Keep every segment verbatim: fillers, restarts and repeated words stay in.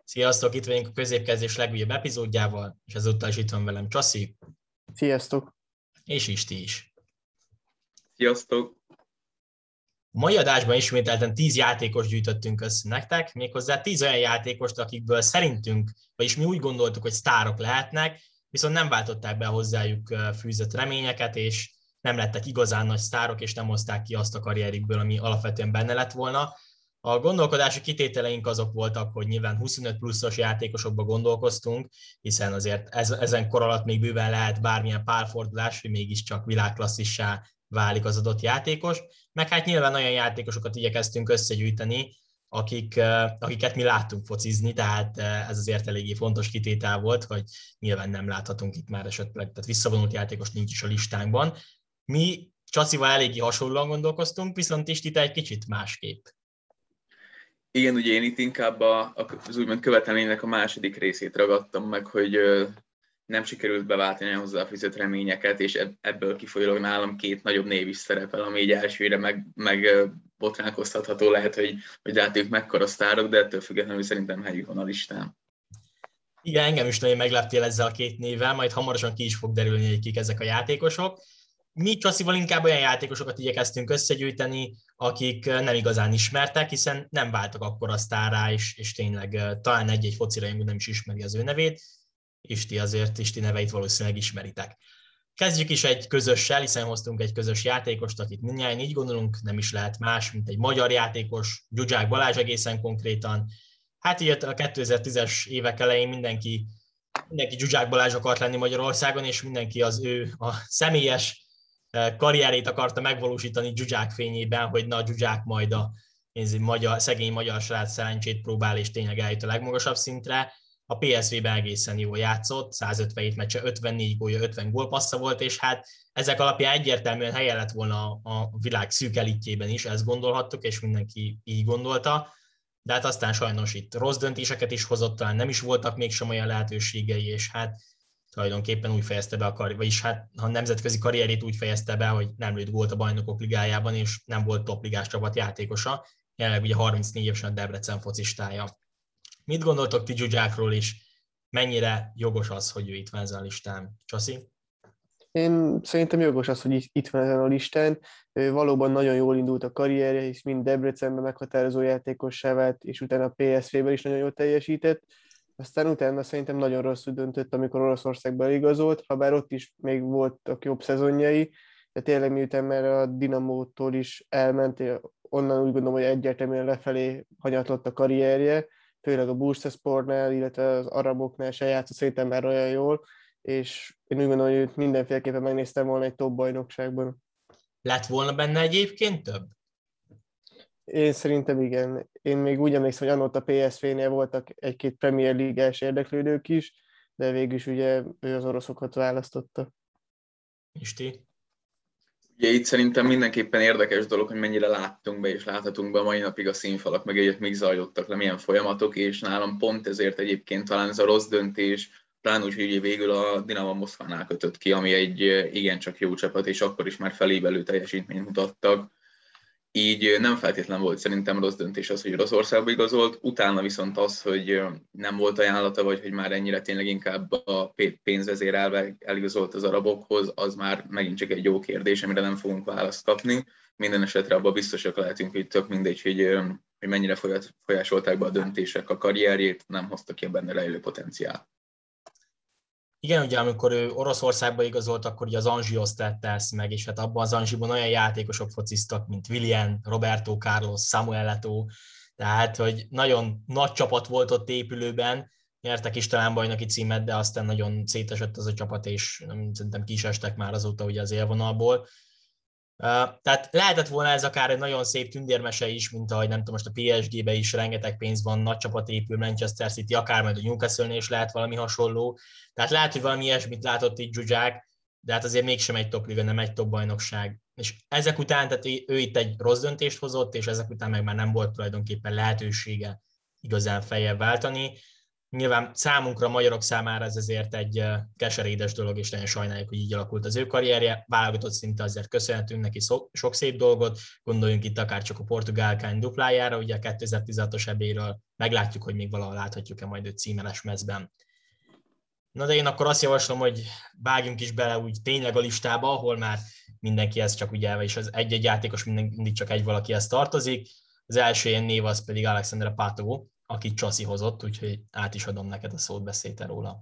Sziasztok, itt vagyunk a középkezdés legújabb epizódjával, és ezúttal is itt van velem Csaszi. Sziasztok! És Isti is. Sziasztok! A mai adásban ismételten tíz játékos gyűjtöttünk össze nektek, méghozzá tíz olyan játékost, akikből szerintünk, vagyis mi úgy gondoltuk, hogy sztárok lehetnek, viszont nem váltották be hozzájuk fűzött reményeket, és nem lettek igazán nagy sztárok, és nem hozták ki azt a karrierükből, ami alapvetően benne lett volna. A gondolkodási kitételeink azok voltak, hogy nyilván huszonöt pluszos játékosokba gondolkoztunk, hiszen azért ez, ezen kor alatt még bőven lehet bármilyen pálfordulás, hogy mégiscsak világklasszissá válik az adott játékos, meg hát nyilván olyan játékosokat igyekeztünk összegyűjteni, akik, akiket mi láttunk focizni, tehát ez azért eléggé fontos kitétel volt, hogy nyilván nem láthatunk itt már esetleg, tehát visszavonult játékos nincs is a listánkban. Mi Csaszival eléggé hasonlóan gondolkoztunk, viszont Isti, te egy kicsit másképp. Igen, ugye én itt inkább a, az úgymond követelménynek a második részét ragadtam meg, hogy nem sikerült beváltani a hozzáfűzött reményeket, és ebből kifolyólag nálam két nagyobb név is szerepel, ami így elsőre meg, meg botránkoztatható lehet, hogy, hogy látjuk mekkora sztárok, de ettől függetlenül szerintem helyük van a listán. Igen, engem is nagyon megleptél ezzel a két névvel, majd hamarosan ki is fog derülni, hogy kik ezek a játékosok. Mi Csasszival inkább olyan játékosokat igyekeztünk összegyűjteni, akik nem igazán ismertek, hiszen nem váltak akkor a sztárrá, és, és tényleg talán egy-egy focirajongó nem is ismeri az ő nevét. Isti azért, Isti neveit valószínűleg ismeritek. Kezdjük is egy közössel, hiszen hoztunk egy közös játékost, akit mindjárt így gondolunk, nem is lehet más, mint egy magyar játékos, Zsuzsák Balázs egészen konkrétan. Hát így a kétezer-tízes évek elején mindenki, mindenki Zsuzsák Balázs akart lenni Magyarországon, és mindenki az ő a személyes karrierét akarta megvalósítani Zsuzsák fényében, hogy na, Zsuzsák majd a magyar, szegény magyar srác szerencsét próbál, és tényleg eljut a legmagasabb szintre. A pé es vé-ben egészen jól játszott, százötvenhét meccse, ötvennégy gólja, ötven gólpassza volt, és hát ezek alapján egyértelműen helye lett volna a világ szűk elitjében is, ezt gondolhattuk, és mindenki így gondolta. De hát aztán sajnos itt rossz döntéseket is hozott, talán nem is voltak mégsem olyan lehetőségei, és hát tulajdonképpen úgy fejezte be a karrier, vagyis hát a nemzetközi karrierét úgy fejezte be, hogy nem lőtt gólt a Bajnokok Ligájában, és nem volt topligás csapat játékosa, jelenleg ugye harmincnégy évesen a Debrecen focistája. Mit gondoltok ti Zsuzsákról is? Mennyire jogos az, hogy ő itt van ezen a listán? Csaszi? Én szerintem jogos az, hogy itt van ezen a listán. Ő valóban nagyon jól indult a karrierje, és mind Debrecenben meghatározó játékossá vált, és utána a pé es vé-ben is nagyon jól teljesített. Aztán utána szerintem nagyon rosszul döntött, amikor Oroszországban igazolt, ha bár ott is még voltak jobb szezonjai, de tényleg miután már a Dinamótól is elment, onnan úgy gondolom, hogy egyértelműen lefelé hanyatlott a karrierje, főleg a Bursasportnál, illetve az araboknál se játszott szerintem már olyan jól, és én úgy gondolom, hogy őt mindenféleképpen megnéztem volna egy top bajnokságban. Lett volna benne egyébként több? Én szerintem igen. Én még úgy emlékszem, hogy annott a pé es vé-nél voltak egy-két Premier Ligás érdeklődők is, de végül is ugye ő az oroszokat választotta. Isti? Ugye itt szerintem mindenképpen érdekes dolog, hogy mennyire láttunk be és láthatunk be a mai napig a színfalak, meg egyet még zajlottak le, milyen folyamatok, és nálam pont ezért egyébként talán ez a rossz döntés, talán úgy, hogy végül a Dinamo Moszkvánál kötött ki, ami egy igencsak jó csapat, és akkor is már felévelő teljesítményt mutattak. Így nem feltétlen volt szerintem rossz döntés az, hogy Oroszországba igazolt, utána viszont az, hogy nem volt ajánlata, vagy hogy már ennyire tényleg inkább a pénzvezérelve eligazolt az arabokhoz, az már megint csak egy jó kérdés, amire nem fogunk választ kapni. Minden esetre abban biztosak lehetünk, hogy tök mindegy, hogy, hogy mennyire folyásolták be a döntések a karrierjét, nem hoztak ki a benne rejlő potenciált. Igen, ugye amikor ő Oroszországba igazolt, akkor ugye az Anzsihoz tette ezt meg, és hát abban az Anzsiban olyan játékosok fociztak, mint Willian, Roberto Carlos, Samuel Eto'o, tehát hogy nagyon nagy csapat volt ott épülőben, nyertek is talán bajnoki címet, de aztán nagyon szétesett az a csapat, és nem, szerintem ki is estek már azóta ugye az élvonalból. Tehát lehetett volna ez akár egy nagyon szép tündérmese is, mint ahogy nem tudom, most a pé es gé-be is rengeteg pénz van, nagy csapat épül, Manchester City, akár majd a Newcastle-nél is lehet valami hasonló. Tehát lehet, hogy valami ilyesmit látott itt Zsuzsák, de hát azért mégsem egy topliga, nem egy top bajnokság. És ezek után, tehát ő itt egy rossz döntést hozott, és ezek után meg már nem volt tulajdonképpen lehetősége igazán feljebb váltani. Nyilván számunkra, magyarok számára ez azért egy keserédes dolog, és nagyon sajnáljuk, hogy így alakult az ő karrierje. Válogatott szinte azért köszönhetünk neki sok szép dolgot, gondoljunk itt akár csak a portugálkány duplájára, ugye a kétezer-tizenhatos ebéről meglátjuk, hogy még valahol láthatjuk-e majd őt címeres mezben. Na de én akkor azt javaslom, hogy vágjunk is bele úgy tényleg a listába, ahol már mindenki ez csak ugye, és az egy-egy játékos mindig csak egy valakihez tartozik. Az első ilyen név az pedig Alexandre Pato, akit Csasi hozott, úgyhogy át is adom neked a szót, beszélj róla.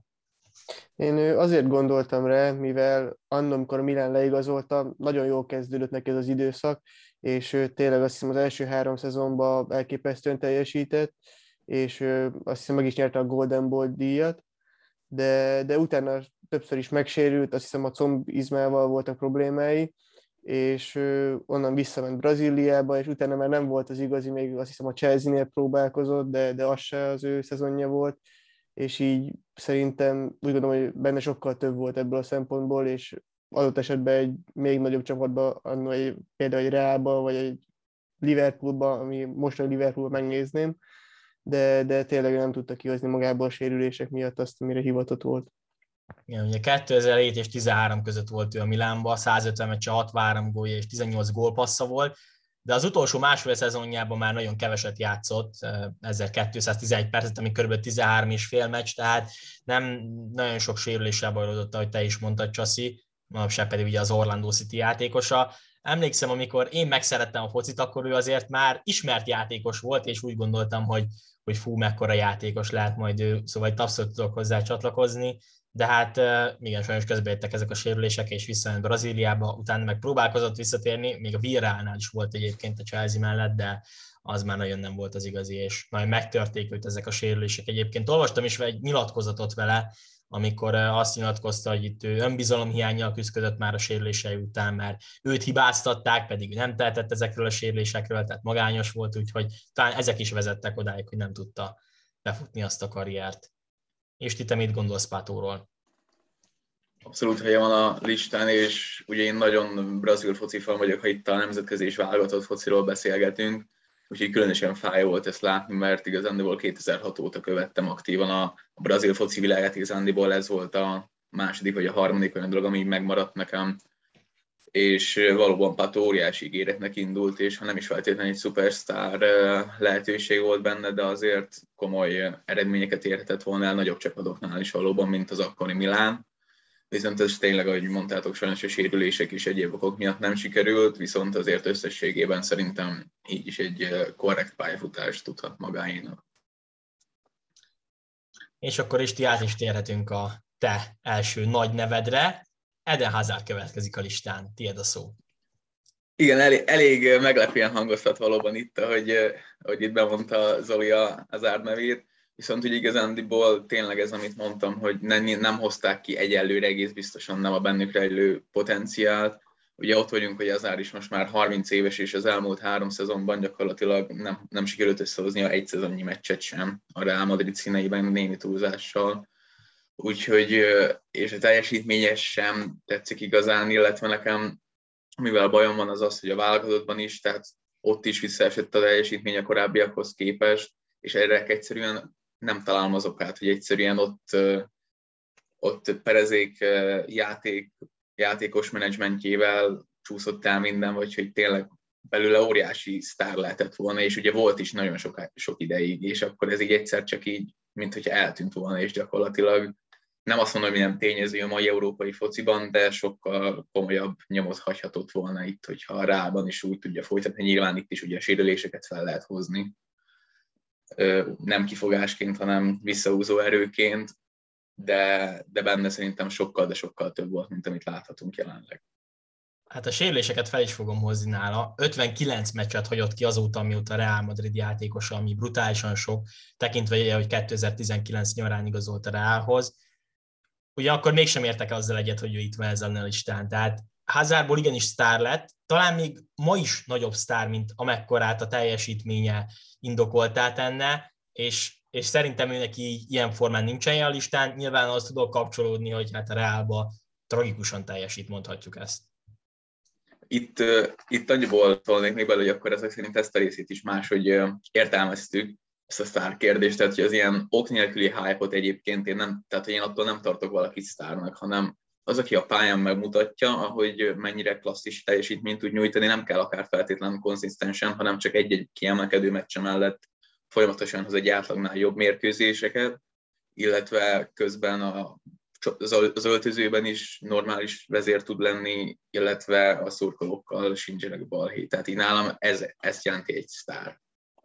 Én azért gondoltam rá, mivel annak, amikor a Milán leigazolta, nagyon jól kezdődött neki ez az időszak, és tényleg azt hiszem az első három szezonban elképesztően teljesített, és azt hiszem meg is nyerte a Golden Ball díjat, de, de utána többször is megsérült, azt hiszem a combizmával voltak problémái, és onnan visszament Brazíliába, és utána már nem volt az igazi, még azt hiszem a Chelsea-nél próbálkozott, de, de az se az ő szezonja volt, és így szerintem úgy gondolom, hogy benne sokkal több volt ebből a szempontból, és adott esetben egy még nagyobb csapatba, egy, például egy Realba, vagy egy Liverpoolba, ami most a Liverpoolba megnézném, de, de tényleg nem tudta kihozni magából a sérülések miatt azt, amire hivatott volt. Igen, ugye kétezer-hét és tizenhárom között volt ő a Milánban, százötven meccse, hatvanhárom gólja és tizennyolc gólpassza volt, de az utolsó másfél szezonjában már nagyon keveset játszott, ezerkétszáztizenegy percet, ami kb. tizenhárom és fél meccs, tehát nem nagyon sok sérüléssel bajlódott, ahogy te is mondtad, Csasi, manapság pedig ugye az Orlando City játékosa. Emlékszem, amikor én megszerettem a focit, akkor ő azért már ismert játékos volt, és úgy gondoltam, hogy, hogy fú, mekkora játékos lehet majd ő, szóval itt abszolút tudok hozzá csatlakozni, de hát igen, sajnos közbejöttek ezek a sérülések, és visszament Brazíliába, utána meg próbálkozott visszatérni, még a Villarrealnál is volt egyébként a Chelsea mellett, de az már nagyon nem volt az igazi, és nagyon megtörték őt ezek a sérülések. Egyébként olvastam is egy nyilatkozatot vele, amikor azt nyilatkozta, hogy itt ő önbizalomhiánnyal küzdött már a sérülései után, mert őt hibáztatták, pedig ő nem tehetett ezekről a sérülésekről, tehát magányos volt, úgyhogy talán ezek is vezettek odáig, hogy nem tudta befutni azt a karriert. És ti te mit gondolsz Patóról? Abszolút helye van a listán, és ugye én nagyon brazil foci fan vagyok, ha itt a nemzetközi és válogatott fociról beszélgetünk, úgyhogy különösen fáj volt ezt látni, mert igazándiból kétezer-hat óta követtem aktívan a brazil foci világát, igazándiból ez volt a második vagy a harmadik olyan dolog, ami megmaradt nekem, és valóban Pato óriási ígéretnek indult, és ha nem is feltétlenül egy szupersztár lehetőség volt benne, de azért komoly eredményeket érhetett volna el nagyobb csapatoknál is valóban, mint az akkori Milán. Viszont ez tényleg, ahogy mondtátok, sajnos a sérülések és egyéb okok miatt nem sikerült, viszont azért összességében szerintem így is egy korrekt pályafutást tudhat magáénak. És akkor is ti át is térhetünk a te első nagy nevedre. Eden Hazard következik a listán, tiéd a szó. Igen, elég, elég meglepően hangoztat valóban itt, ahogy, ahogy itt bemondta Zoli a Hazard nevét, viszont ugye igazándiból tényleg ez, amit mondtam, hogy nem, nem hozták ki egyelőre, egész biztosan nem a bennük rejlő potenciált. Ugye ott vagyunk, hogy Hazard is most már harminc éves, és az elmúlt három szezonban gyakorlatilag nem, nem sikerült összehoznia egy szezonnyi meccset sem a Real Madrid színeiben némi túlzással. Úgyhogy, és a teljesítménye sem tetszik igazán, illetve nekem, mivel bajom van az az, hogy a válogatottban is, tehát ott is visszaesett a teljesítmény a korábbiakhoz képest, és erre egyszerűen nem találom az okát, hogy egyszerűen ott, ott Perezék játék, játékos menedzsmentjével csúszott el minden, vagy hogy tényleg belőle óriási sztár lehetett volna, és ugye volt is nagyon sok, sok ideig, és akkor ez így egyszer csak így, mint hogy eltűnt volna, és gyakorlatilag nem azt mondom, hogy nem tényező a mai európai fociban, de sokkal komolyabb nyomot hagyhatott volna itt, hogyha a Reálban is úgy tudja folytatni. Nyilván itt is ugye a sérüléseket fel lehet hozni. Nem kifogásként, hanem visszahúzó erőként, de, de benne szerintem sokkal, de sokkal több volt, mint amit láthatunk jelenleg. Hát a sérüléseket fel is fogom hozni nála. ötvenkilenc meccset hagyott ki azóta, amióta Real Madrid játékosa, ami brutálisan sok, tekintve, hogy kétezer-tizenkilenc nyarán igazolt a Realhoz. Ugye akkor mégsem értek azzal egyet, hogy ő itt van ezen a listán. Tehát Hazardból igenis sztár lett, talán még ma is nagyobb sztár, mint amekkorát a teljesítménye indokoltá tenne, és, és szerintem ő neki ilyen formán nincsen a listán. Nyilván azt tudok kapcsolódni, hogy hát a Realba tragikusan teljesít, mondhatjuk ezt. Itt, uh, itt annyiból szólnék még belőle, hogy akkor ezek szerint ezt a részét is máshogy uh, értelmeztük. ezt a sztár kérdést, tehát hogy az ilyen ok nélküli hype-ot egyébként én nem, tehát hogy én attól nem tartok valakit sztárnak, hanem az, aki a pályán megmutatja, ahogy mennyire klasszis teljesítményt tud nyújtani, nem kell akár feltétlenül konzisztensen, hanem csak egy-egy kiemelkedő meccse mellett folyamatosan hoz egy átlagnál jobb mérkőzéseket, illetve közben a, az öltözőben is normális vezér tud lenni, illetve a szurkolókkal sincsenek balhé. Tehát így nálam ez, ezt jelenti egy sztár.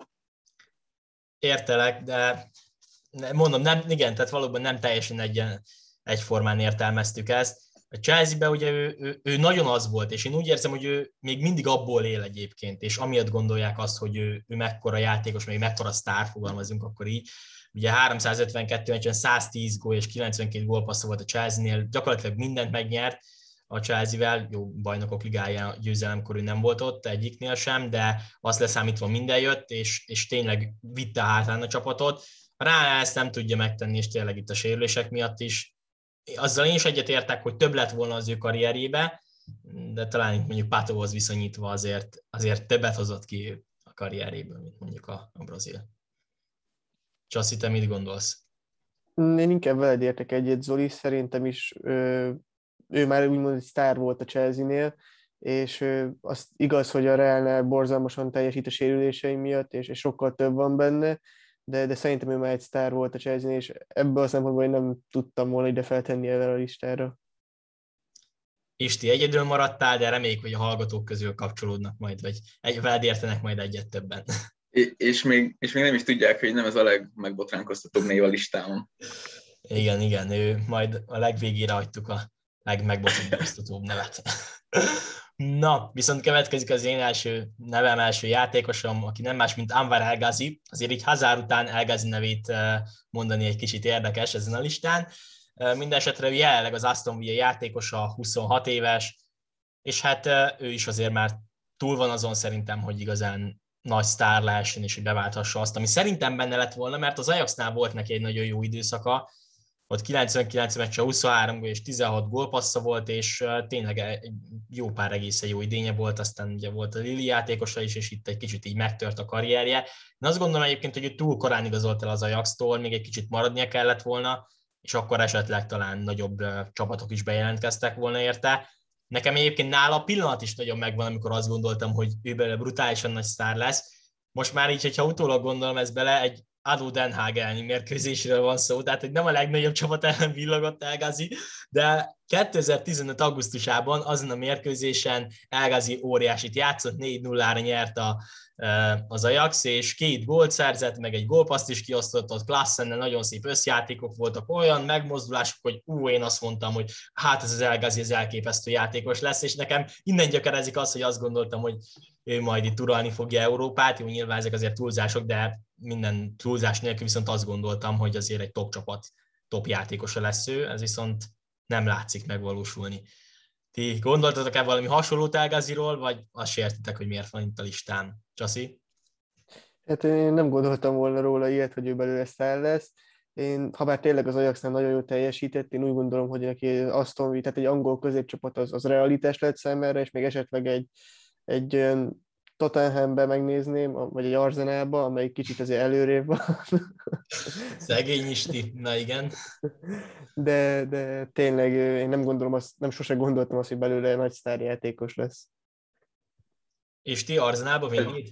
Értelek, de mondom, nem, igen, tehát valóban nem teljesen egy, egyformán értelmeztük ezt. A Chelsea-ben ugye ő, ő, ő nagyon az volt, és én úgy érzem, hogy ő még mindig abból él egyébként, és amiatt gondolják azt, hogy ő, ő mekkora játékos, még mekkora sztár, fogalmazunk akkor így. Ugye háromszázötvenkettő meccsen száztíz gól és kilencvenkét gólpassza volt a Chelsea-nél, gyakorlatilag mindent megnyert a Chelsea-vel, jó, bajnokok ligája győzelemkor ő nem volt ott egyiknél sem, de azt leszámítva minden jött, és, és tényleg vitte hátán a csapatot. Rá ezt nem tudja megtenni, és tényleg itt a sérülések miatt is. Azzal én is egyetértek, hogy több lett volna az ő karrierjébe, de talán mondjuk Patóhoz viszonyítva azért, azért többet hozott ki a karrierjéből, mint mondjuk a, a brazil. Csaszi, te mit gondolsz? Én inkább veled értek egyet, Zoli, szerintem is ő, ő már úgymond egy sztár volt a Chelsea-nél, és az igaz, hogy a Realnál borzalmasan teljesít a sérülései miatt, és, és sokkal több van benne, de, de szerintem ő már egy sztár volt a Chelsea-nél, és ebből a szempontból én nem tudtam volna ide feltenni erre a listára. Isti, egyedül maradtál, de reméljük, hogy a hallgatók közül kapcsolódnak majd, vagy egy, veled értenek majd egyet többen. És még, és még nem is tudják, hogy nem ez a legmegbotránkoztatóbb név a listámon. Igen, igen, ő majd a legvégére hagytuk a legmegbotránkoztatóbb nevet. Na, viszont következik az én első nevem, első játékosom, aki nem más, mint Anwar El Ghazi. Azért így Hazard után El Ghazi nevét mondani egy kicsit érdekes ezen a listán. Mindenesetre ő jelenleg az Aston Villa játékosa, huszonhat éves, és hát ő is azért már túl van azon szerintem, hogy igazán nagy sztár lehessen, és hogy beválthassa azt, ami szerintem benne lett volna, mert az Ajaxnál volt neki egy nagyon jó időszaka, ott kilencvenkilenc meccse, huszonhárom gól és tizenhat gólpassza volt, és tényleg egy jó pár egészen jó idénye volt, aztán ugye volt a Lille játékosa is, és itt egy kicsit így megtört a karrierje. Én azt gondolom egyébként, hogy ő túl korán igazolt el az Ajaxtól, még egy kicsit maradnia kellett volna, és akkor esetleg talán nagyobb csapatok is bejelentkeztek volna érte. Nekem egyébként nála a pillanat is nagyon megvan, amikor azt gondoltam, hogy ő belőle brutálisan nagy sztár lesz. Most már így, hogyha utólag gondolom ezt bele, egy Ado Den Haag elleni mérkőzésről van szó, tehát hogy nem a legnagyobb csapat ellen villogott El Ghazi, de kétezer-tizenöt augusztusában azon a mérkőzésen El Ghazi óriásit játszott, négy nullára nyert a, az Ajax, és két gólt szerzett, meg egy gólpaszt is kiosztott, ott Klassennel nagyon szép összjátékok voltak, olyan megmozdulások, hogy ú, én azt mondtam, hogy hát ez az El Ghazi az elképesztő játékos lesz, és nekem innen gyökerezik az, hogy azt gondoltam, hogy ő majd itt uralni fogja Európát, jó, nyilván ezek azért túlzások, de minden túlzás nélkül viszont azt gondoltam, hogy azért egy top csapat, top játékosa lesz ő, ez viszont nem látszik megvalósulni. Ti gondoltatok-e valami hasonlót El Ghaziról, vagy azt se értitek, hogy miért van itt a listán? Csaszi? Hát én nem gondoltam volna róla ilyet, hogy ő belőle sztár lesz. Én, ha bár tényleg az Ajaxnál nagyon jól teljesített, én úgy gondolom, hogy neki Aston Villa, tehát egy angol középcsapat az, az realitás lett számára, és még esetleg egy, egy olyan Tottenhambe megnézném, vagy egy Arsenalba, amelyik kicsit azért előrébb van. Szegény Isti, na igen. De, de tényleg én nem gondolom azt, nem sose gondoltam azt, hogy belőle nagy sztárjátékos lesz. Isti, Arsenalba vinnéd?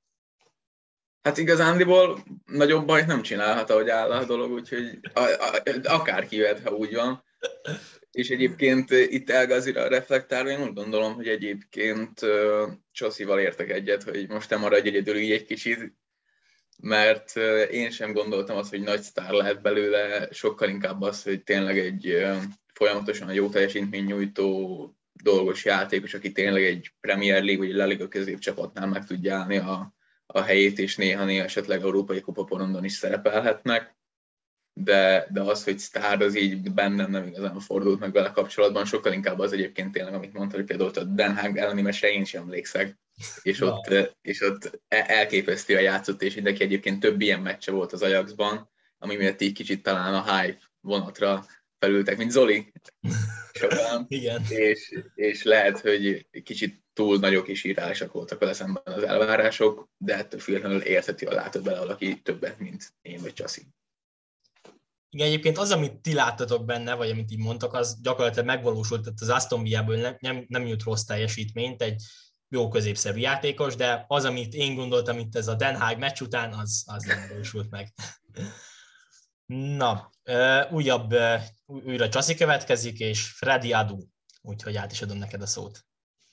Hát igazándiból nagyobb bajt nem csinálhat, ahogy áll a dolog, úgyhogy a, a, akárki jöhet, ha úgy van. És egyébként itt El Ghazira reflektálva, én úgy gondolom, hogy egyébként uh, Csasszival értek egyet, hogy most te maradj egyedül így egy kicsit, mert uh, én sem gondoltam azt, hogy nagy sztár lehet belőle, sokkal inkább az, hogy tényleg egy uh, folyamatosan jó teljesítmény nyújtó dolgos játékos, aki tényleg egy Premier League vagy egy La Liga középcsapatnál meg tudja állni a, a helyét, és néha-néha esetleg európai kupaporondon is szerepelhetnek. De, de az, hogy sztár, az így bennem nem igazán fordult meg vele kapcsolatban, sokkal inkább az egyébként tényleg, amit mondta, hogy például a Den Haag elleni meccsre én sem emlékszek, és ott, ja. és ott elképesztően játszott, és mindenki egyébként több ilyen meccse volt az Ajaxban, ami miatt így kicsit talán a hype vonatra felültek, mint Zoli sokan, Igen. És, és lehet, hogy kicsit túl nagyok és irreálisak voltak vele szemben az elvárások, de ettől függetlenül érthetően látott bele valaki többet, mint én vagy Csasi. Igen, egyébként az, amit ti láttatok benne, vagy amit így mondtak, az gyakorlatilag megvalósult, tehát az Aston Villából nem, nem, nem jut rossz teljesítményt, egy jó középszerű játékos, de az, amit én gondoltam itt ez a Den Haag meccs után, az, az nem valósult meg. Na, újabb, újra Csasi következik, és Freddy Adu, úgyhogy át is adom neked a szót.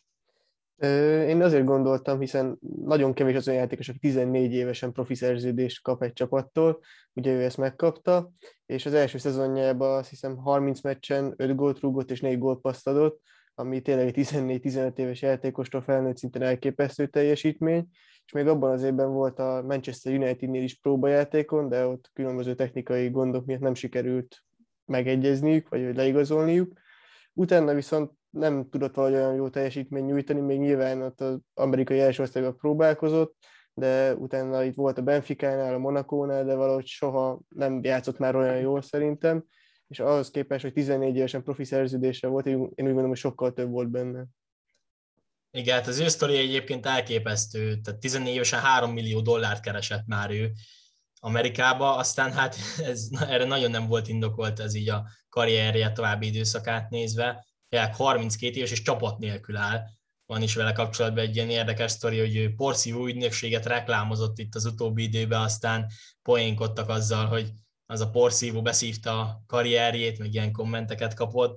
Én azért gondoltam, hiszen nagyon kevés az olyan játékos, aki tizennégy évesen profi szerződést kap egy csapattól, ugye ő ezt megkapta, és az első szezonjában azt hiszem harminc meccsen öt gólt rúgott és négy gólpasszt adott, ami tényleg egy tizennégy-tizenöt éves játékostól felnőtt szinten elképesztő teljesítmény, és még abban az évben volt a Manchester Unitednél is próbajátékon, de ott különböző technikai gondok miatt nem sikerült megegyezniük, vagy leigazolniuk. Utána viszont nem tudott valahogy olyan jó teljesítményt nyújtani, még nyilván ott az amerikai első osztályban próbálkozott, de utána itt volt a Benficánál, a Monacónál, de valahogy soha nem játszott már olyan jól szerintem, és ahhoz képest, hogy tizennégy évesen profi szerződése volt, én úgy gondolom, hogy sokkal több volt benne. Igen, hát az ő sztori egyébként elképesztő, tehát tizennégy évesen három millió dollárt keresett már ő Amerikába, aztán hát ez, erre nagyon nem volt indokolt ez így a karrierje további időszakát nézve, jelenleg harminckét éves és csapat nélkül áll. Van is vele kapcsolatban egy ilyen érdekes sztori, hogy ő porszívó ügynökséget reklámozott itt az utóbbi időben, aztán poénkodtak azzal, hogy az a porszívó beszívta a karrierjét, meg ilyen kommenteket kapott.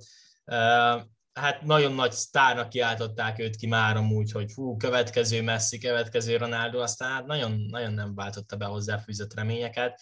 Hát nagyon nagy sztárnak kiáltották őt ki már amúgy, hogy fú, következő Messi, következő Ronaldo, aztán hát nagyon, nagyon nem váltotta be hozzáfűzött reményeket.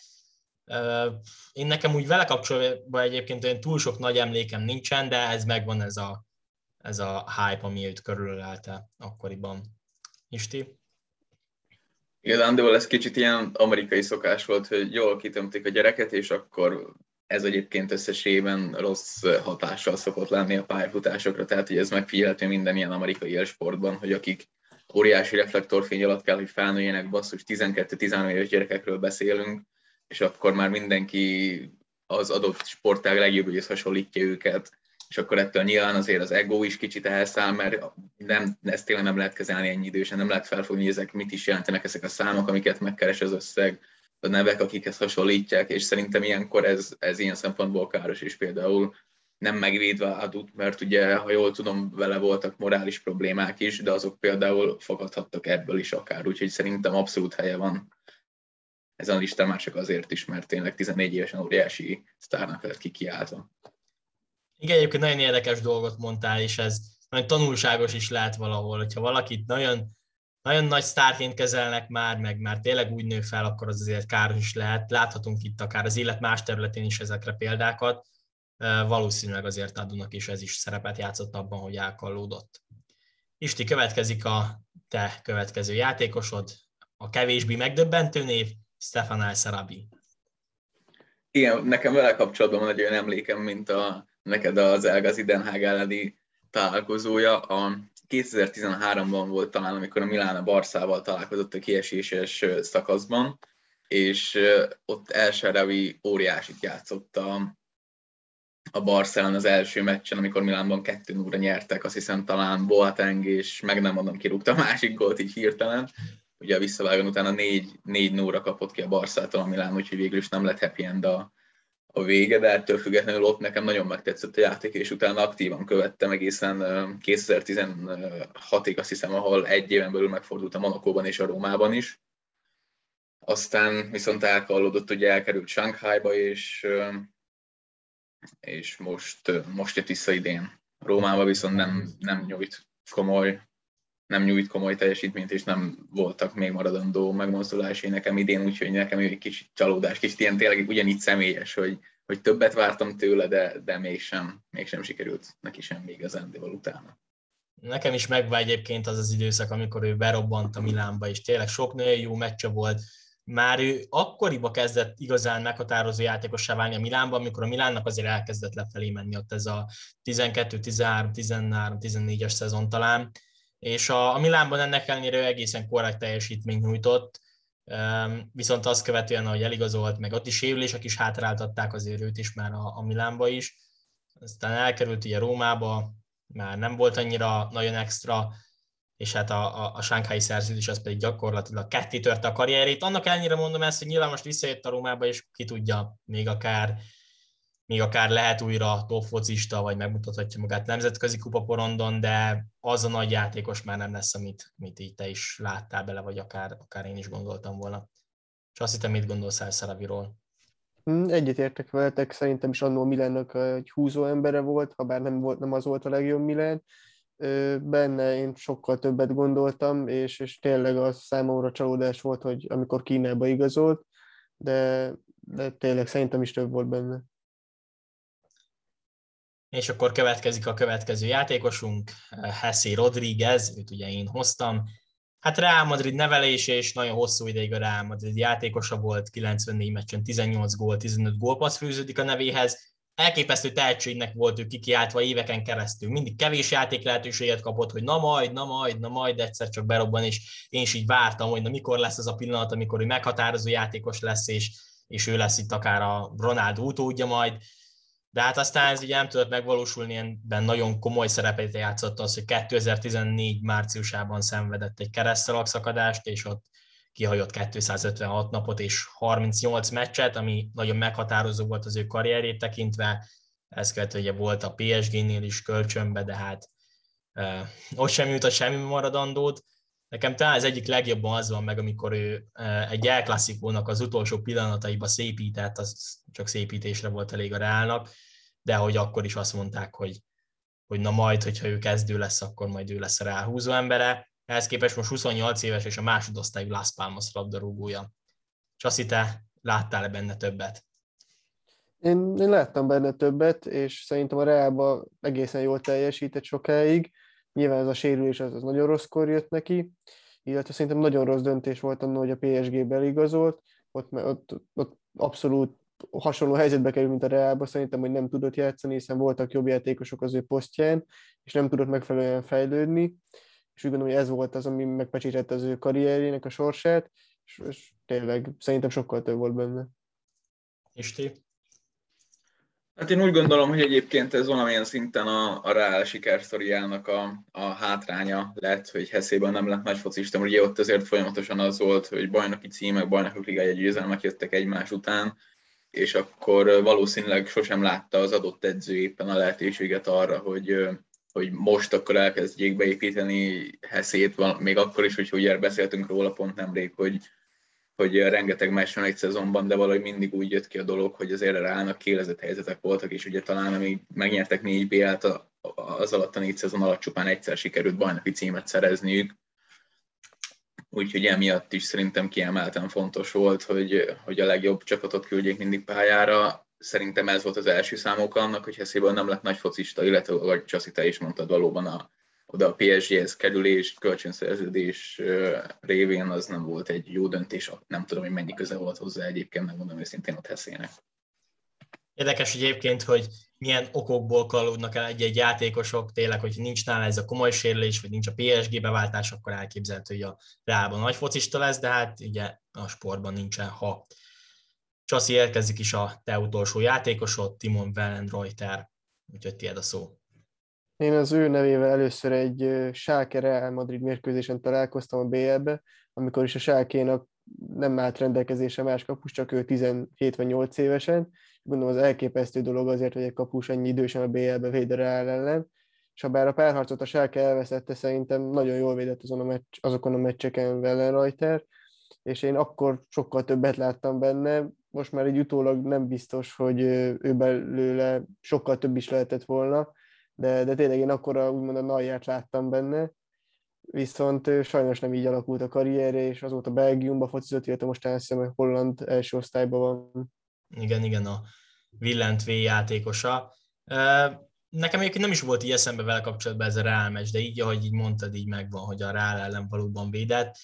Én nekem úgy vele kapcsolatban egyébként olyan túl sok nagy emlékem nincsen, de ez megvan ez a, ez a hype, ami őt körülölelte akkoriban. Isti? Igazándiból ez kicsit ilyen amerikai szokás volt, hogy jól kitömték a gyereket, és akkor ez egyébként összességében rossz hatással szokott lenni a pályafutásokra, tehát hogy ez megfigyelhető minden ilyen amerikai élsportban, hogy akik óriási reflektorfény alatt kell, hogy felnőjenek, basszus, tizenkettő-tizenhárom éves gyerekekről beszélünk, és akkor már mindenki az adott sportág legjobbjához hasonlítja őket, és akkor ettől nyilván azért az ego is kicsit elszáll, mert nem, ezt tényleg nem lehet kezelni ennyi idősen, nem lehet felfogni, hogy ezek mit is jelentenek ezek a számok, amiket megkeres az összeg, a nevek, akikhez hasonlítják, és szerintem ilyenkor ez, ez ilyen szempontból káros, és például nem megvédve Adut, mert ugye, ha jól tudom, vele voltak morális problémák is, de azok például fakadhattak ebből is akár, úgyhogy szerintem abszolút helye van ezen a listán már csak azért is, mert tényleg tizennégy évesen óriási sztárnak lett kikiáltva. Igen, egyébként nagyon érdekes dolgot mondtál, és ez nagyon tanulságos is lehet valahol, hogyha valakit nagyon, nagyon nagy sztárként kezelnek már, meg már tényleg úgy nő fel, akkor az azért káros is lehet. Láthatunk itt akár az élet más területén is ezekre példákat. Valószínűleg azért Adunak is ez is szerepet játszott abban, hogy elkallódott. Isti, következik a te következő játékosod, a kevésbé megdöbbentő név, Stefan El-Sarabi. Igen, nekem vele kapcsolatban van egy olyan emlékem, mint a, neked az El Ghazi Den Haag elleni találkozója. A kétezer-tizenháromban volt talán, amikor a Milán a Barszával találkozott a kieséses szakaszban, és ott El-Sarabi óriásit játszott a, a Barszán az első meccsen, amikor Milánban kettő nullra nyertek, azt hiszem talán Boateng, és meg nem mondom, kirúgta a másik gólt így hirtelen. Ugye a visszavágón utána négy nullra kapott ki a Barszától a Milán, úgyhogy végül is nem lett happy end a, a vége, de ettől függetlenül ott nekem nagyon megtetszett a játék, és utána aktívan követtem egészen kétezer-tizenhatig, azt hiszem, ahol egy éven belül megfordult a Monacóban és a Rómában is. Aztán viszont elkallódott, hogy elkerült Shanghaiba, és, és most, most jött vissza idén. Rómába viszont nem, nem nyújt komoly nem nyújt komoly teljesítményt, és nem voltak még maradandó megmozdulásai nekem idén, úgyhogy nekem egy kicsit csalódás, kicsit ilyen tényleg ugyanígy személyes, hogy, hogy többet vártam tőle, de, de mégsem, mégsem sikerült neki semmi igazándiból utána. Nekem is megvan egyébként az az időszak, amikor ő berobbant a Milánba, és tényleg sok nagyon jó meccse volt. Már ő akkoriban kezdett igazán meghatározó játékossá válni a Milánban, amikor a Milánnak azért elkezdett lefelé menni ott ez a tizenkettő, tizenhárom, tizenhárom, tizennégyes szezon talán, és a, a Milánban ennek ellenére ő egészen korrekt teljesítményt nyújtott, viszont azt követően, ahogy eligazolt, meg ott is sérülések is hátráltatták azért őt is már a, a Milánba is, aztán elkerült ugye Rómába, már nem volt annyira nagyon extra, és hát a, a, a shanghai szerződés az pedig gyakorlatilag ketté törte a karrierét. Annak ellenére mondom ezt, hogy nyilván most visszajött a Rómába, és ki tudja, még akár, még akár lehet újra top focista, vagy megmutathatja magát nemzetközi kupaporondon, de az a nagy játékos már nem lesz, amit, amit így te is láttál bele, vagy akár, akár én is gondoltam volna. És azt hittem, mit gondolsz el Szaraviról? Egyetértek veletek, szerintem is annól Milánnak egy húzó embere volt, ha bár nem, volt, nem az volt a legjobb Milán. Benne én sokkal többet gondoltam, és, és tényleg az számomra csalódás volt, hogy amikor Kínába igazolt, de, de tényleg szerintem is több volt benne. És akkor következik a következő játékosunk, José Rodríguez, őt ugye én hoztam. Hát Real Madrid nevelése, és nagyon hosszú ideig a Real Madrid játékosa volt, kilencvennégy meccsen tizennyolc gól, tizenöt gólpassz fűződik a nevéhez. Elképesztő tehetségnek volt ő kikiáltva éveken keresztül. Mindig kevés játék lehetőséget kapott, hogy na majd, na majd, na majd, egyszer csak berobban, és én is így vártam, hogy na mikor lesz az a pillanat, amikor ő meghatározó játékos lesz, és, és ő lesz itt akár a Ronaldo utódja majd. De hát aztán ez ugye nem tudott megvalósulni, ilyenben nagyon komoly szerepet játszott az, hogy kétezer-tizennégy márciusában szenvedett egy keresztszalagszakadást, és ott kihajott kétszázötvenhat napot és harmincnyolc meccset, ami nagyon meghatározó volt az ő karrierjét tekintve. Ez követő ugye volt a pé es génél is kölcsönbe, de hát eh, ott sem jutott semmi maradandót. Nekem talán az egyik legjobban az van meg, amikor ő eh, egy El Clasicónak az utolsó pillanataiba szépített, az csak szépítésre volt elég a Reálnak, de hogy akkor is azt mondták, hogy, hogy na majd, hogyha ő kezdő lesz, akkor majd ő lesz a Reál húzó embere. Ehhez képest most huszonnyolc éves, és a másodosztályú Las Palmas labdarúgója. Csasi, te láttál-e benne többet? Én, én láttam benne többet, és szerintem a Reálban egészen jól teljesített sokáig. Nyilván ez a sérülés az, az nagyon rosszkor jött neki, illetve szerintem nagyon rossz döntés volt annól, hogy a pé es gé-be eligazolt. Ott, ott, ott abszolút hasonló helyzetbe kerül, mint a Reálba, szerintem, hogy nem tudott játszani, hiszen voltak jobb játékosok az ő posztján, és nem tudott megfelelően fejlődni. És úgy gondolom, hogy ez volt az, ami megpecsítette az ő karrierjének a sorsát, és, és tényleg szerintem sokkal több volt benne. Isti? Hát én úgy gondolom, hogy egyébként ez valamilyen szinten a, a Real sikersztoriának a, a hátránya lett, hogy Heszében nem lett nagy focista, ugye ott azért folyamatosan az volt, hogy bajnoki címek, bajnokok ligája győzelmek jöttek egymás után, és akkor valószínűleg sosem látta az adott edző éppen a lehetőséget arra, hogy hogy most akkor elkezdjék beépíteni Heszét, még akkor is, hogy ugye beszéltünk róla pont nemrég, hogy, hogy rengeteg meccs van egy szezonban, de valahogy mindig úgy jött ki a dolog, hogy azért Reálnak kélezett helyzetek voltak, és ugye talán amíg megnyertek négy bé el-t, az alatt a négy szezon alatt csupán egyszer sikerült bajnoki címet szerezniük. Úgyhogy emiatt is szerintem kiemelten fontos volt, hogy, hogy a legjobb csapatot küldjék mindig pályára. Szerintem ez volt az első számok annak, hogy Heszéből nem lett nagy focista, illetve, ahogy Csasi, te is mondtad, valóban a, oda a pé es gé-hez kerülés, kölcsönszerződés révén az nem volt egy jó döntés, nem tudom, hogy mennyi köze volt hozzá egyébként, megmondom őszintén ott Heszének. Érdekes egyébként, hogy milyen okokból kalódnak el egy-egy játékosok, tényleg, hogy nincs nála ez a komoly sérülés, vagy nincs a pé es gé beváltás, akkor elképzelhető, hogy a Reálban nagy focista lesz, de hát ugye a sportban nincsen ha. Csasi, érkezik is a te utolsó játékosod, Timon Wellenreuter, úgyhogy tiéd a szó. Én az ő nevével először egy Schalke Real Madrid mérkőzésen találkoztam a bé el-be, amikor is a Schalke-nak nem állt rendelkezésre más kapus, csak ő tizenhét vagy nyolc évesen. Gondolom az elképesztő dolog azért, hogy egy kapus ennyi idősen a bé el-be véd a Real ellen, és ha bár a párharcot a Schalke elveszette, szerintem nagyon jól védett azon a meccs, azokon a meccseken Wellenreuter, és én akkor sokkal többet láttam benne, most már egy utólag nem biztos, hogy ő belőle sokkal több is lehetett volna, de, de tényleg én akkor a, úgymond a Neuert láttam benne, viszont sajnos nem így alakult a karrierje, és azóta Belgiumba focizott, illetve most azt hiszem, hogy holland első osztályban van. Igen, igen, a Willent V játékosa. Nekem egyébként nem is volt így eszembe vele kapcsolatban ez a Real meccs, de így, ahogy így mondtad, így megvan, hogy a Real ellen valóban védett.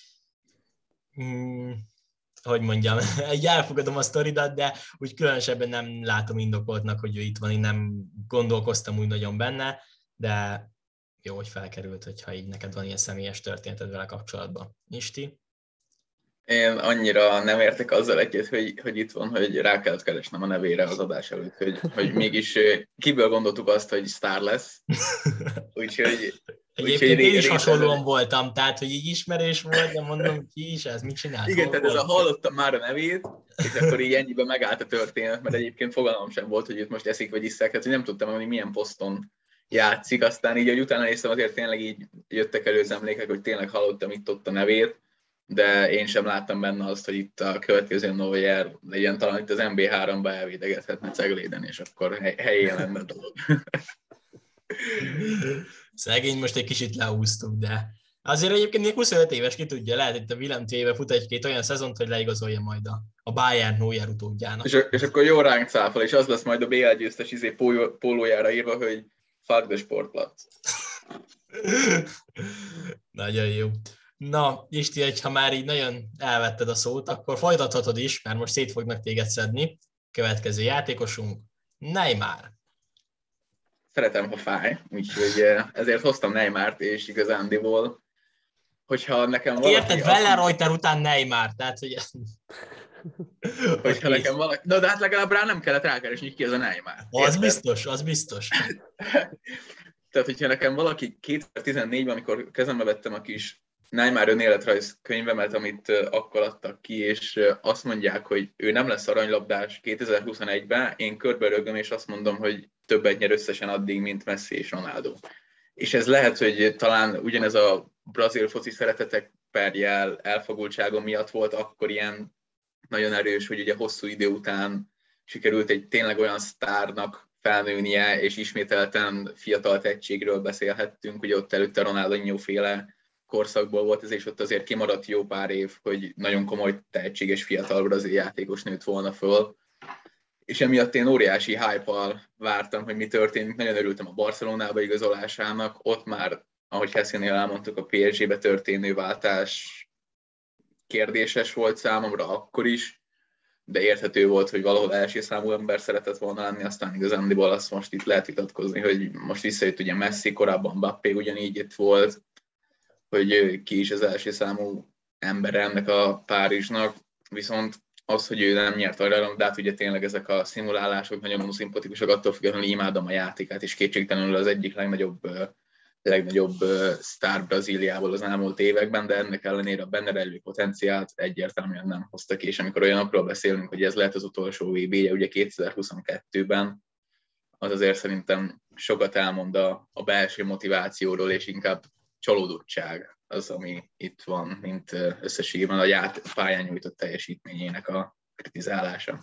Hmm, hogy mondjam, egy elfogadom a sztoridat, de úgy különösebben nem látom indokoltnak, hogy ő itt van, én nem gondolkoztam úgy nagyon benne, de jó, hogy felkerült, hogyha így neked van ilyen személyes történeted vele kapcsolatban. Isti? Én annyira nem értek azzal egyet, hogy, hogy itt van, hogy rá kellett keresnem a nevére az adás előtt, hogy, hogy mégis kiből gondoltuk azt, hogy sztár lesz. Úgyhogy Egyébként én is hasonlóan voltam, tehát, hogy így ismerős volt, de mondom, ki is ez, mit csinált? Igen, tehát ez a hallottam már a nevét, és akkor így ennyiben megállt a történet, mert egyébként fogalmam sem volt, hogy itt most eszik vagy iszák, tehát hogy nem tudtam, hogy milyen poszton játszik, aztán így, hogy utána néztem, azért tényleg így jöttek elő az emlékek, hogy tényleg hallottam itt-ott a nevét, de én sem láttam benne azt, hogy itt a következő Neuer legyen, talán itt az em bé háromba elvédegethetne Cegléden, és akkor helyén lenne a dolog. Szegény, most egy kicsit leúztuk, de azért egyébként még huszonöt éves, ki tudja, lehet itt a Willem téve fut egy-két olyan szezont, hogy leigazolja majd a, a Bayern Neuer utódjának. És, és akkor jó ránk cáfol, és az lesz majd a bé el győztes izé pólójára írva, hogy fuck the Sportplatz. Nagyon jó. Na, Isti, hogyha már így nagyon elvetted a szót, akkor folytathatod is, mert most szét fognak téged szedni. Következő játékosunk, Neymar. Szeretem, ha fáj, úgyhogy ezért hoztam Neymart, és igazándiból, hogyha nekem valaki... Érted, Wellenreuter után Neymar, tehát hogy... hogyha nekem valaki... Na, de hát legalább rá nem kellett rákeresni, ki az a Neymar. Az érted? Biztos, az biztos. Tehát, hogyha nekem valaki kétezer-tizennégyben, amikor kezembe vettem a kis Neymar önéletrajz könyvemet, amit akkor adtak ki, és azt mondják, hogy ő nem lesz aranylabdás kétezer-huszonegyben, én körberögöm, és azt mondom, hogy többet nyer összesen addig, mint Messi és Ronaldo. És ez lehet, hogy talán ugyanez a brazil foci szeretetek perjel, elfogultságom miatt volt akkor ilyen nagyon erős, hogy ugye hosszú idő után sikerült egy tényleg olyan sztárnak felnőnie, és ismételten fiatal tehetségről beszélhettünk, ugye ott előtte Ronaldinho-féle korszakból volt ez, és ott azért kimaradt jó pár év, hogy nagyon komoly tehetséges fiatal brazil játékos nőtt volna föl. És emiatt én óriási hype-al vártam, hogy mi történik. Nagyon örültem a Barcelonába igazolásának. Ott már, ahogy Hessénél elmondtuk, a pé es gé-be történő váltás kérdéses volt számomra akkor is, de érthető volt, hogy valahol első számú ember szeretett volna lenni, aztán igazándiból azt most itt lehet vitatkozni, hogy most visszajött ugye Messi, korábban Mbappé ugyanígy itt volt, hogy ki is az első számú ember ennek a Párizsnak, viszont az, hogy ő nem nyert arra, de hát ugye tényleg ezek a szimulálások nagyon szimpatikusak, attól függetlenül imádom a játékát, és kétségtelenül az egyik legnagyobb, legnagyobb sztár Brazíliából az elmúlt években, de ennek ellenére a benne rejlő potenciált egyértelműen nem hozta ki, és amikor olyanokról beszélünk, hogy ez lehet az utolsó vé bé-je, ugye kétezer-huszonkettőben, az azért szerintem sokat elmond a, a belső motivációról, és inkább csalódottság az, ami itt van, mint összességében a ját, pályán nyújtott teljesítményének a kritizálása.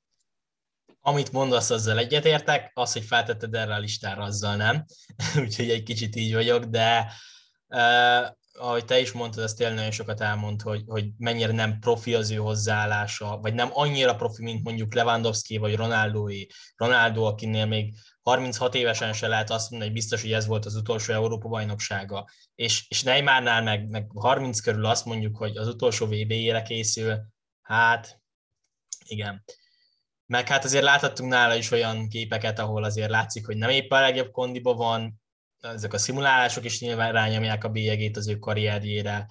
Amit mondasz, azzal egyetértek, az, hogy feltetted erre a listára, azzal nem. Úgyhogy egy kicsit így vagyok, de eh, ahogy te is mondtad, ez tényleg nagyon sokat elmond, hogy, hogy mennyire nem profi az ő hozzáállása, vagy nem annyira profi, mint mondjuk Lewandowski vagy Ronaldo-i. Ronaldo, akinél még harminchat évesen se lehet azt mondani, hogy biztos, hogy ez volt az utolsó Európa-bajnoksága. És, és Neymarnál meg, meg harminc körül azt mondjuk, hogy az utolsó vé bé-jére készül, hát igen. Meg hát azért láthattunk nála is olyan képeket, ahol azért látszik, hogy nem éppen a legjobb kondiba van, ezek a szimulálások is nyilván rányomják a bélyegét az ő karrierjére,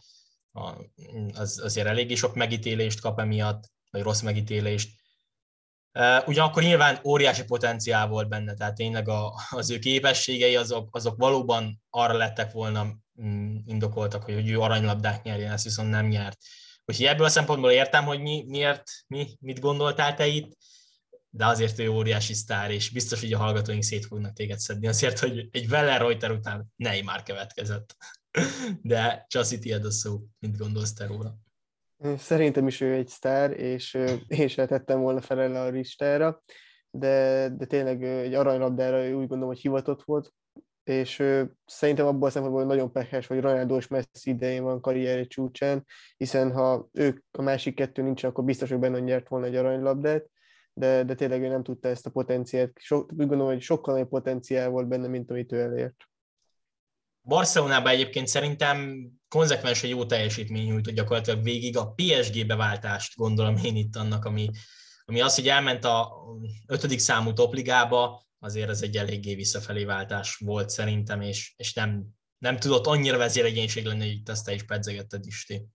az, azért eléggé sok megítélést kap emiatt, vagy rossz megítélést. Ugyanakkor nyilván óriási potenciál volt benne, tehát tényleg a, az ő képességei azok, azok valóban arra lettek volna indokoltak, hogy ő aranylabdát nyerjen, ezt viszont nem nyert. Úgyhogy ebből a szempontból értem, hogy mi, miért, mi, mit gondoltál te itt, de azért ő óriási sztár, és biztos, hogy a hallgatóink szét fognak téged szedni, azért, hogy egy Wellenreuter után Neymar következett. De Csasi, tiéd a szó, mit gondolsz te róla? Szerintem is ő egy sztár, és én sem tettem volna fel erre a listára, de, de tényleg egy aranylabdára úgy gondolom, hogy hivatott volt, és szerintem abból a szempontból nagyon pehes, hogy Ronaldo és Messi idején van karrierje csúcsán, hiszen ha ők a másik kettő nincsen, akkor biztos, hogy benne nyert volna egy aranylabdát, de, de tényleg ő nem tudta ezt a potenciált. So, úgy gondolom, hogy sokkal nagyobb potenciál volt benne, mint amit ő elért. Barcelonában egyébként szerintem konzekvens, jó teljesítmény nyújtott gyakorlatilag végig. A pé es gé beváltást gondolom én itt annak, ami, ami az, hogy elment a ötödik számú topligába, azért ez egy eléggé visszafelé váltás volt szerintem, és, és nem, nem tudott annyira vezéregyénység lenni, hogy itt azt te is pedzegetted, Isti.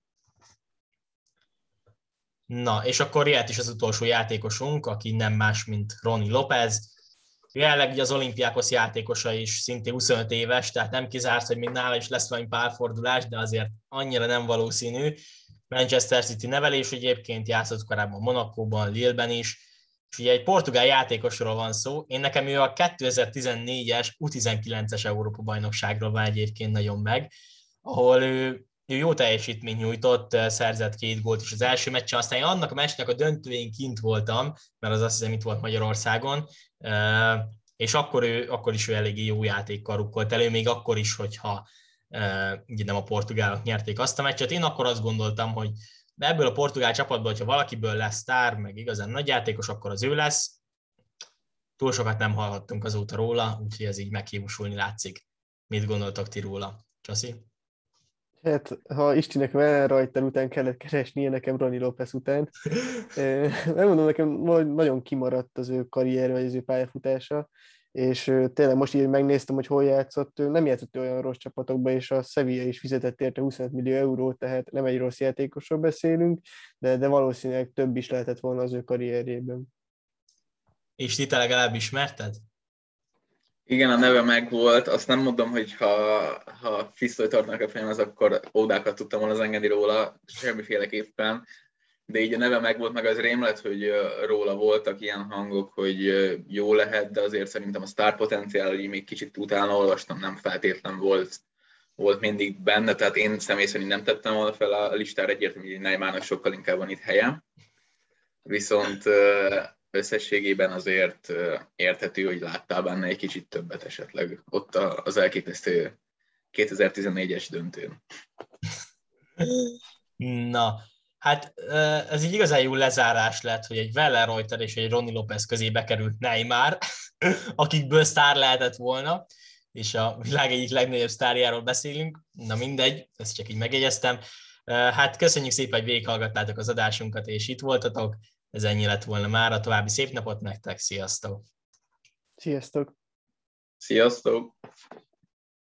Na, és akkor jöhet is az utolsó játékosunk, aki nem más, mint Roni López. Jelenleg ugye az Olympiákos játékosa is szintén huszonöt éves, tehát nem kizárt, hogy még nála is lesz valami párfordulás, de azért annyira nem valószínű. Manchester City nevelés egyébként, játszott korábban Monacóban, Lille-ben is, és ugye egy portugál játékosról van szó. Én nekem ő a kétezer-tizennégyes U tizenkilences Európa-bajnokságról van egyébként nagyon meg, ahol ő, ő jó teljesítményt nyújtott, szerzett két gólt is az első meccsen, aztán én annak a meccsnek a döntőjén kint voltam, mert az azt hiszem itt volt Magyarországon, és akkor, ő, akkor is ő eléggé jó játékkal rukkolt elő, még akkor is, hogyha ugye nem a portugálok nyerték azt a meccset. Én akkor azt gondoltam, hogy ebből a portugál csapatból, hogyha valakiből lesz sztár, meg igazán nagy játékos, akkor az ő lesz. Túl sokat nem hallhattunk azóta róla, úgyhogy ez így meghiúsulni látszik. Mit gondoltok ti róla? Csasi? Hát, ha Istinek Van Rajten után kellett keresnie nekem Roni López után. Megmondom, nekem nagyon kimaradt az ő karrier, vagy az ő pályafutása, és tényleg most így megnéztem, hogy hol játszott, ő nem játszott olyan rossz csapatokba, és a Sevilla is fizetett érte huszonöt millió eurót, tehát nem egy rossz játékosról beszélünk, de, de valószínűleg több is lehetett volna az ő karrierjében. És ti te legalább ismerted? Igen, a neve megvolt, azt nem mondom, hogy ha, ha Fisztoly tartanak a fejem, az akkor ódákat tudtam volna az engedni róla, semmiféleképpen, de így a neve megvolt, meg az rém lett, hogy róla voltak ilyen hangok, hogy jó lehet, de azért szerintem a sztár potenciál, hogy még kicsit utána olvastam, nem feltétlen volt, volt mindig benne, tehát én személy szerint nem tettem volna fel a listára, egyértelmű, hogy Neymarnak sokkal inkább van itt helyem. Viszont összességében azért érthető, hogy láttál benne egy kicsit többet esetleg ott az elképesztő kétezer-tizennégyes döntőn. Na, hát ez így igazán jó lezárás lett, hogy egy Van Reuter és egy Roni López közé bekerült Neymar, akikből sztár lehetett volna, és a világ egyik legnagyobb sztárjáról beszélünk. Na mindegy, ezt csak így megjegyeztem. Hát köszönjük szépen, hogy végighallgattátok az adásunkat, és itt voltatok. Ez ennyi lett volna már. A további szép napot nektek. Sziasztok! Sziasztok! Sziasztok!